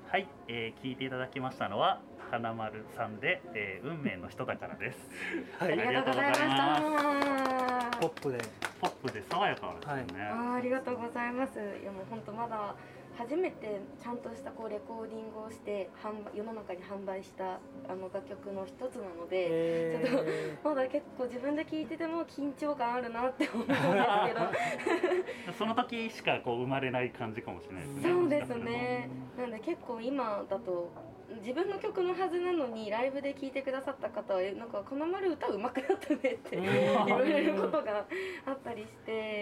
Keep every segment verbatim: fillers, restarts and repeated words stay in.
はい、えー、聞いていただきましたのは金丸さんで、えー、運命の人だからです。 はい、 ありがとうございました。 ポップでポップで爽やかですよね。 はい、あ, ありがとうございます。いやもう本当まだ初めてちゃんとしたこうレコーディングをして販売世の中に販売したあの楽曲の一つなので、ちょっとまだ結構自分で聴いてても緊張感あるなって思うんですけどその時しかこう生まれない感じかもしれないですね。 そうですね。なんで結構今だと自分の曲のはずなのにライブで聴いてくださった方はなんか金丸歌うまくなったねって言われることがあったりして、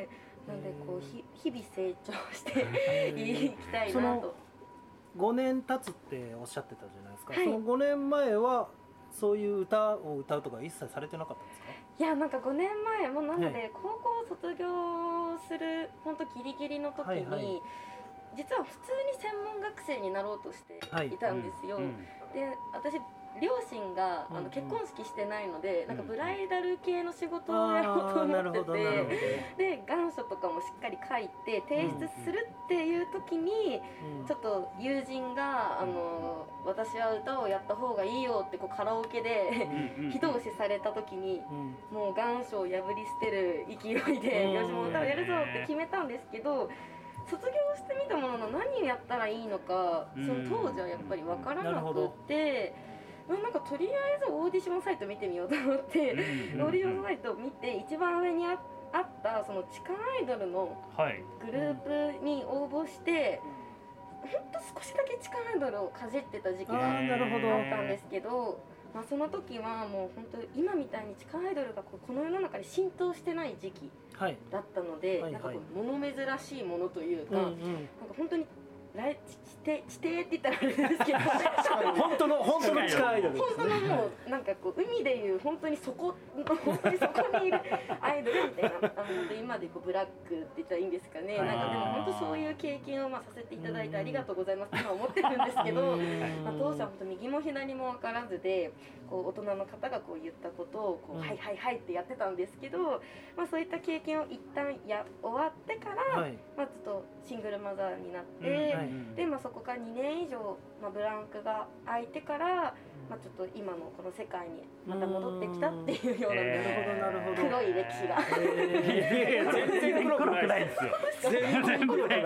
なんでこうひ日々成長していきたいなと。 ごねん経つっておっしゃってたじゃないですか、 はい、 そのごねんまえはそういう歌を歌うとか一切されてなかったんですか？ いやなんかごねんまえもなので高校を卒業する本当ギリギリの時に、はいはい、実は普通に専門学生になろうとしていたんですよ、はいうん、で私両親があの結婚式してないので、うん、なんかブライダル系の仕事をやろうと思ってて、で願書とかもしっかり書いて提出するっていう時に、うん、ちょっと友人があの私は歌をやった方がいいよってこうカラオケで一押しされた時に、うん、もう願書を破り捨てる勢いで、うん、よしもう歌をやるぞって決めたんですけど、卒業してみたものの何をやったらいいのか、その当時はやっぱり分からなくて、なんかとりあえずオーディションサイト見てみようと思って、うんうん、オーディションサイトを見て一番上に あ, あったその地下アイドルのグループに応募して、はい、ほんと少しだけ地下アイドルをかじってた時期があったんですけど、まあ、その時はもう本当今みたいに地下アイドルがこうこの世の中に浸透してない時期だったので、はい、なんかこう物珍しいものというか、はいはい、なんか本当に来地底地底って言ったらあれですけど本当の本当の地下アイドル、 本当のもうなんかこう海でいう本当にそこ本当にそこにいるアイドルみたいな、あの本当今でこうブラックって言ったらいいんですかね、なんかでも本当そういう経験をまあさせていただいてありがとうございますと思ってるんですけど、まあ、当初は本当右も左も分からずで、こう大人の方がこう言ったことをこう、うん、はいはいはいってやってたんですけど、まあ、そういった経験を一旦や終わってから、はい、まあ、ちょっとシングルマザーになって、うんはい、でまあ、そこからにねん以上、まあ、ブランクが空いてから、まあ、ちょっと今のこの世界にまた戻ってきたっていうような、えー、黒い歴史が、 えー、全然黒くないですよ全然黒くない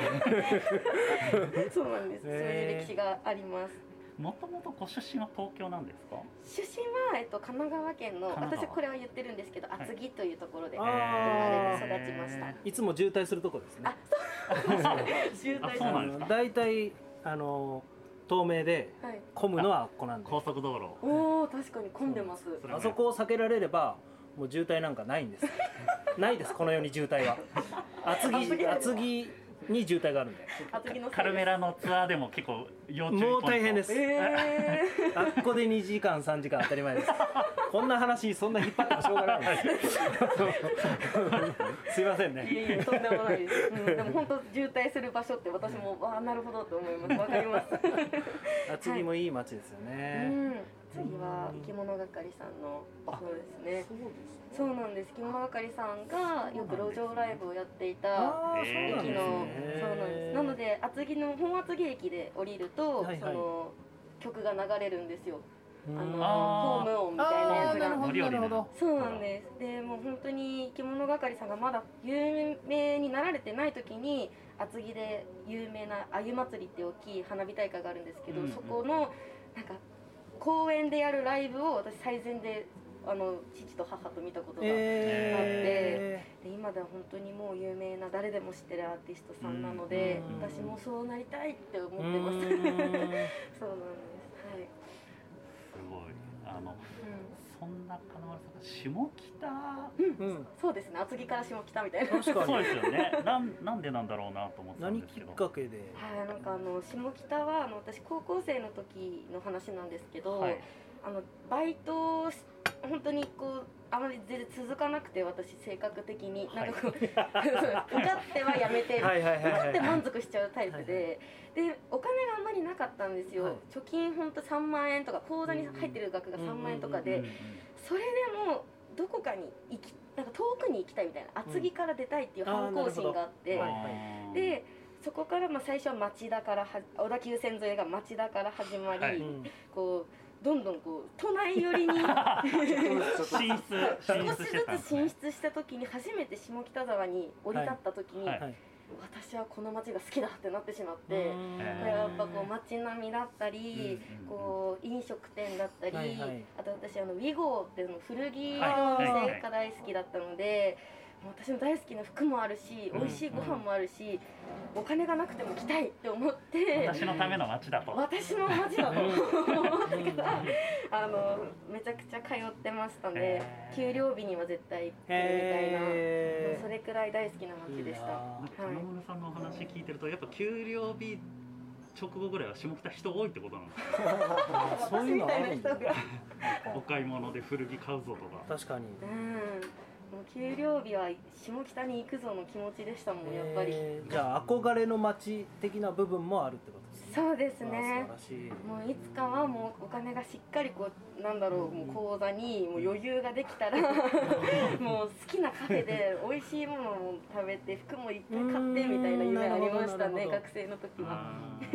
そうなんです、そういう歴史があります。 もともとご出身は東京なんですか？ 出身は、えっと、神奈川県の、私はこれは言ってるんですけど、厚木というところで生まれて育ちました。 いつも渋滞するとこですね。 あ、そう渋滞そうなんですか。 だいたいあの透明で混むのはここなんで、 高速道路。 おお、確かに混んでます。 あそこを避けられればもう渋滞なんかないんですないです、この世に渋滞は。厚木厚木に渋滞があるんで、 カルメラのツアーでも結構要注意ポイント。 もう大変です、えー、あっこでにじかんさんじかん当たり前です。こんな話そんな引っ張ってもしょうがないですすいませんね。 いやいや、とんでもないです、うん、でも本当渋滞する場所って私も、うん、ああなるほどと思います。わかります厚木もいい街ですよね、 はい、うん、次は生き物係さんのそうですね。そうなんです。生き物係さんがよく路上ライブをやっていた駅の、そうなんです。なので厚木の本厚木駅で降りると、はいはい、その曲が流れるんですよ。あのホーム音みたいなやつが。 なるほど。 そうなんです。でもう本当に生き物係さんがまだ有名になられてない時に厚木で有名なあゆ祭りって大きい花火大会があるんですけど、うんうん、そこのなんか公園でやるライブを私最前であの父と母と見たことがあって、えー、で今では本当にもう有名な誰でも知ってるアーティストさんなので、私もそうなりたいって思ってます。そうなんです。はい。 すごい。あの、うん、そんな金丸さんが下北、 うんうん、そうですね。厚木から下北みたいな。 確かにそうですよね。なんなんでなんだろうなと思ってたんですけど。 何きっかけで。 はい、なんかあの下北はあの私高校生の時の話なんですけど、はい、あのバイト本当にこうあまり全然続かなくて、私性格的になんかこう、はい、受かってはやめて、受かって満足しちゃうタイプで、でお金があんまりなかったんですよ、はい、貯金本当さんまんえんとか口座に入ってる額がさんまんえんとかで、それでもどこかに行きなんか遠くに行きたいみたいな、厚木から出たいっていう反抗心があって、でそこからまあ最初は町田からは小田急線沿いが町田から始まり、はい、こうどんどんこう都内寄りに進出少しずつ進出した時に初めて下北沢に降り立った時に、はいはい、私はこの街が好きだってなってしまって、やっぱこう街並みだったり、こう飲食店だったり、はいはい、あと私あのウィゴーっていうの古着の店が大好きだったので、私の大好きな服もあるし、美味しいご飯もあるし、お金がなくても来たいって思って、 私のための街だと私の街だと思ってからあのめちゃくちゃ通ってましたね。給料日には絶対来るみたいな、それくらい大好きな街でした。 金村さんのお話聞いてると、やっぱ給料日直後ぐらいは下北人多いってことなんですか？ そういうのあるんだ。 お買い物で古着買うぞとか。 確かに。 うんもう給料日は下北に行くぞの気持ちでしたもん、やっぱり。 じゃあ憧れの街的な部分もあるってことですね。 そうですね。もういつかはもうお金がしっかりこうなんだろう、もう口座にもう余裕ができたらもう好きなカフェで美味しいものも食べて服もいっぱい買ってみたいな夢ありましたね、学生の時は。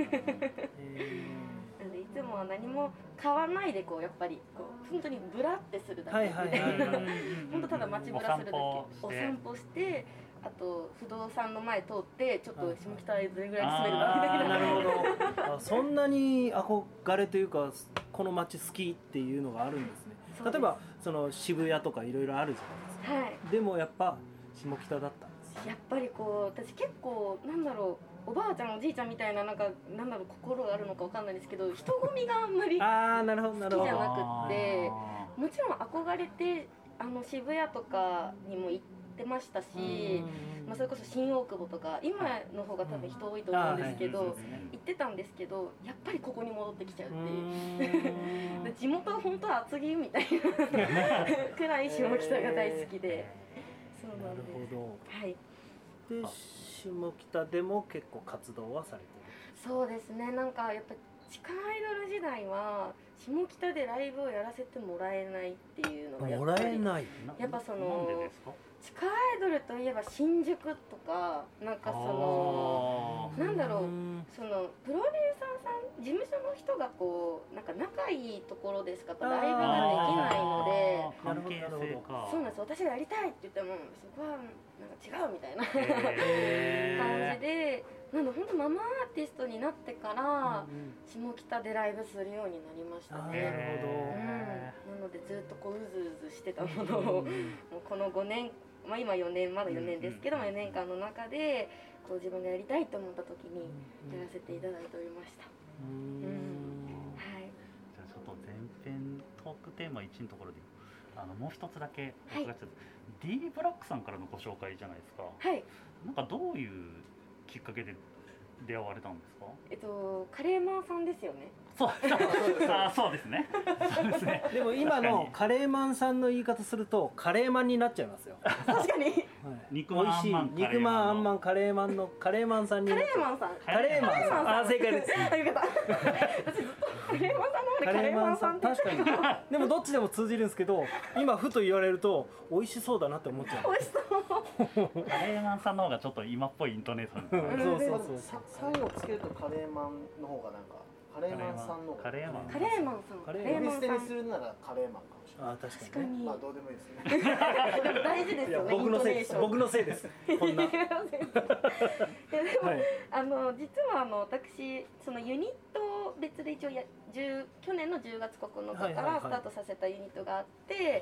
いつもは何も買わないでこうやっぱりこう本当にブラってするだけで本当ただ街ブラするだけお散歩してあと不動産の前通ってちょっと下北へどれぐらい住めるかみたいな。 なるほど。そんなに憧れというかこの街好きっていうのがあるんですね。例えばその渋谷とかいろいろあるじゃないですか、はい、でもやっぱ下北だったんです。 やっぱりこう私結構なんだろうおばあちゃんおじいちゃんみたいななんかなんだろう心があるのかわかんないですけど、人混みがあんまり好きじゃなくってもちろん憧れてあの渋谷とかにも行ってましたし、まあ、それこそ新大久保とか今の方が多分人多いと思うんですけど、行ってたんですけどやっぱりここに戻ってきちゃうっていうで地元は本当は厚木みたいなくらい下北が大好きで、そうなんです。 なるほど。 はい。 で下北でも結構活動はされてる。 そうですね。なんかやっぱ地下アイドル時代は下北でライブをやらせてもらえないっていうのがやっぱりもらえない。やっぱその地下アイドルといえば新宿とかなんかそのなんだろうそのプロデューサーさん事務所の人がこうなんか仲いいところでしかライブができないので、 関係性か。 そうなんです。私がやりたいって言ってもそこはなんか違うみたいな感じで、なんで本当ママアーティストになってから下北でライブするようになりましたね。 なるほど。 うん、なのでずっとこううずうずしてたものをもうこのごねん、まあ、今よねんまだよねんですけどもよねんかんの中でこう自分がやりたいと思った時にやらせていただいておりました。うん、はい。 じゃあちょっと前編トークテーマいちのところであのもう一つだけお伺いして、はい、D ブラックさんからのご紹介じゃないですか。 はい。 なんかどういうきっかけで出会われたんですか？ えっとカレーマンさんですよね。 そうあそうですね。そうですね。 でも今のカレーマンさんの言い方するとカレーマンになっちゃいますよ。 確かに。はい、 肉まんあんまん肉まんあんまんカレーマンのカレーマンさんにカレーマンさんカレーマンさんあ正解です。 あよかった。私ずっとカレーマンさんの方でカレーマンさんって確かに。でもどっちでも通じるんですけど、今ふと言われると美味しそうだなって思っちゃう。 美味しそう。 カレーマンさんの方がちょっと今っぽいイントネーション。 そうそうそう。 最後つけるとカレーマンの方がなんかカレーマンさんのカレーマンカレーマンさんカレーマンさんにするならカレーマンかもしれない。 あ確かに。 まあどうでもいいですね。 大事ですよね。 僕のせいです僕のせいです。こんな。 でもあの実はあの私そのユニット別で一応や去年のじゅうがつここのかからスタートさせたユニットがあって、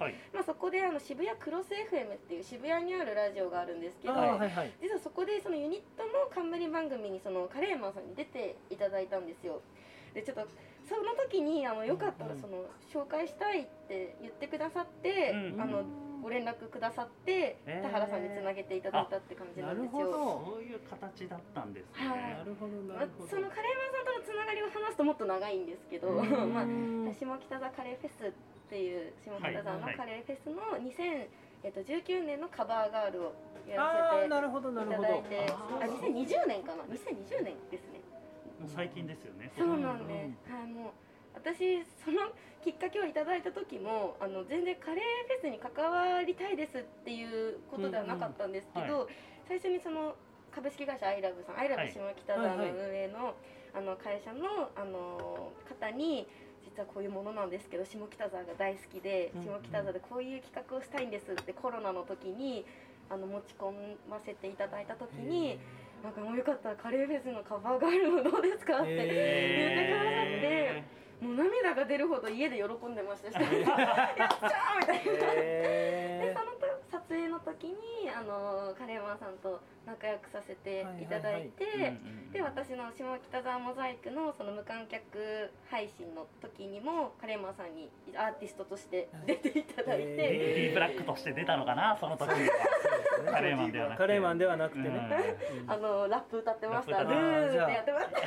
まあそこであの渋谷クロス エフエム っていう渋谷にあるラジオがあるんですけど、実はそこでそのユニットの冠番組にそのカレーマンさんに出ていただいたんですよ。でちょっとその時にあのよかったらその紹介したいって言ってくださって、うん、あのご連絡くださって田原さんにつなげていただいたって感じなんですよ。 そういう形だったんですね。 なるほどなるほど。 そのカレーマンさんとのつながりを話すともっと長いんですけど、まあ下北沢カレーフェスっていう下北沢のカレーフェスのにせんじゅうきゅうねんのカバーガールをやらせていただいて、あにせんにじゅうねんかなにせんにじゅうねんですね。 もう最近ですよね。 そうなんで、はいもう私そのきっかけをいただいた時もあの全然カレーフェスに関わりたいですっていうことではなかったんですけど、最初にその株式会社アイラブさん、アイラブ下北沢の運営の、あの会社のあの方に実はこういうものなんですけど下北沢が大好きで、下北沢でこういう企画をしたいんですってコロナの時にあの持ち込ませていただいた時に、なんかもうよかったらカレーフェスのカバーガールもどうですかって言ってくださって、もう涙が出るほど家で喜んでましたしやったーみたいな。でその撮影の時にあのカレーマンさんと仲良くさせていただいて、で私の下北沢モザイクのその無観客配信の時にもカレーマンさんにアーティストとして出ていただいて、 ディーブラックとして出たのかなその時には。カレーマンではなくて、 カレーマンではなくてね、 あのラップ歌ってました。ルーってやってました。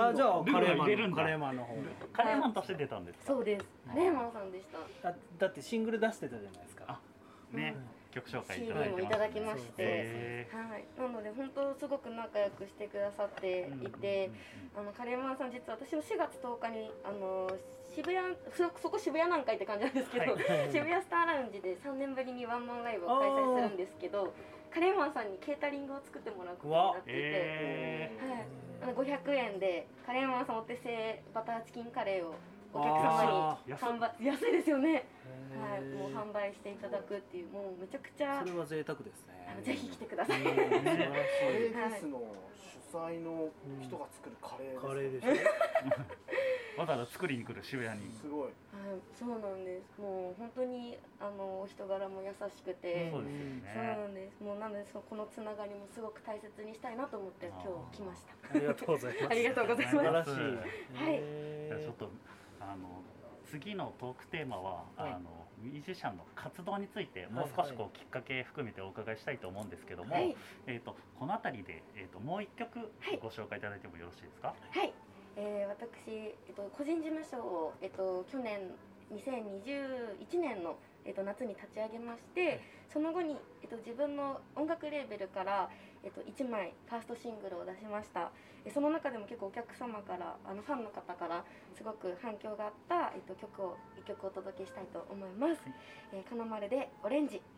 あ、じゃあカレーマンカレーマンの方カレーマンとして出たんですか。 そうです。カレーマンさんでした。 だだってシングル出してたじゃないですか。 あ、ね、曲紹介いシーただディー もいただきまして、 て、はい、なので本当すごく仲良くしてくださっていて、あのカレーマンさん実は私のしがつとおかにあの渋谷 そ, そこ渋谷なんかいって感じなんですけど、はい、渋谷スターラウンジでさんねんぶりにワンマンライブを開催するんですけど、カレーマンさんにケータリングを作ってもらうことになっていて、えーはい、あのごひゃくえんでカレーマンさんお手製バターチキンカレーをお客様に販売、安いですよね、はい、もう販売していただくっていう、もうめちゃくちゃそれは贅沢ですね。 あのぜひ来てください。 カレーフェスの主催の人が作るカレーですか。 カレーでしょ。 わざわざ作りに来る渋谷に。 すごい。 はい、そうなんです。もう本当にあのお人柄も優しくて、 そうですよね。 そうなんです。もうなのでそこのつながりもすごく大切にしたいなと思って今日来ました。 ありがとうございます。 ありがとうございます。 素晴らしい。 はい。 じゃあちょっとあの次のトークテーマは、はい、あのミュージシャンの活動についてもう少しこうきっかけ含めてお伺いしたいと思うんですけども、はい、えっとこのあたりでえっともう一曲ご紹介いただいてもよろしいですか。 はい。えー、私えっと個人事務所をえっと去年にせんにじゅういちねんのえっと夏に立ち上げまして、はい、その後にえっと自分の音楽レーベルからえっといちまいファーストシングルを出しました。その中でも結構お客様からあのファンの方からすごく反響があった、えっと、曲をいっきょくお届けしたいと思います。はい、えー、金丸でオレンジ。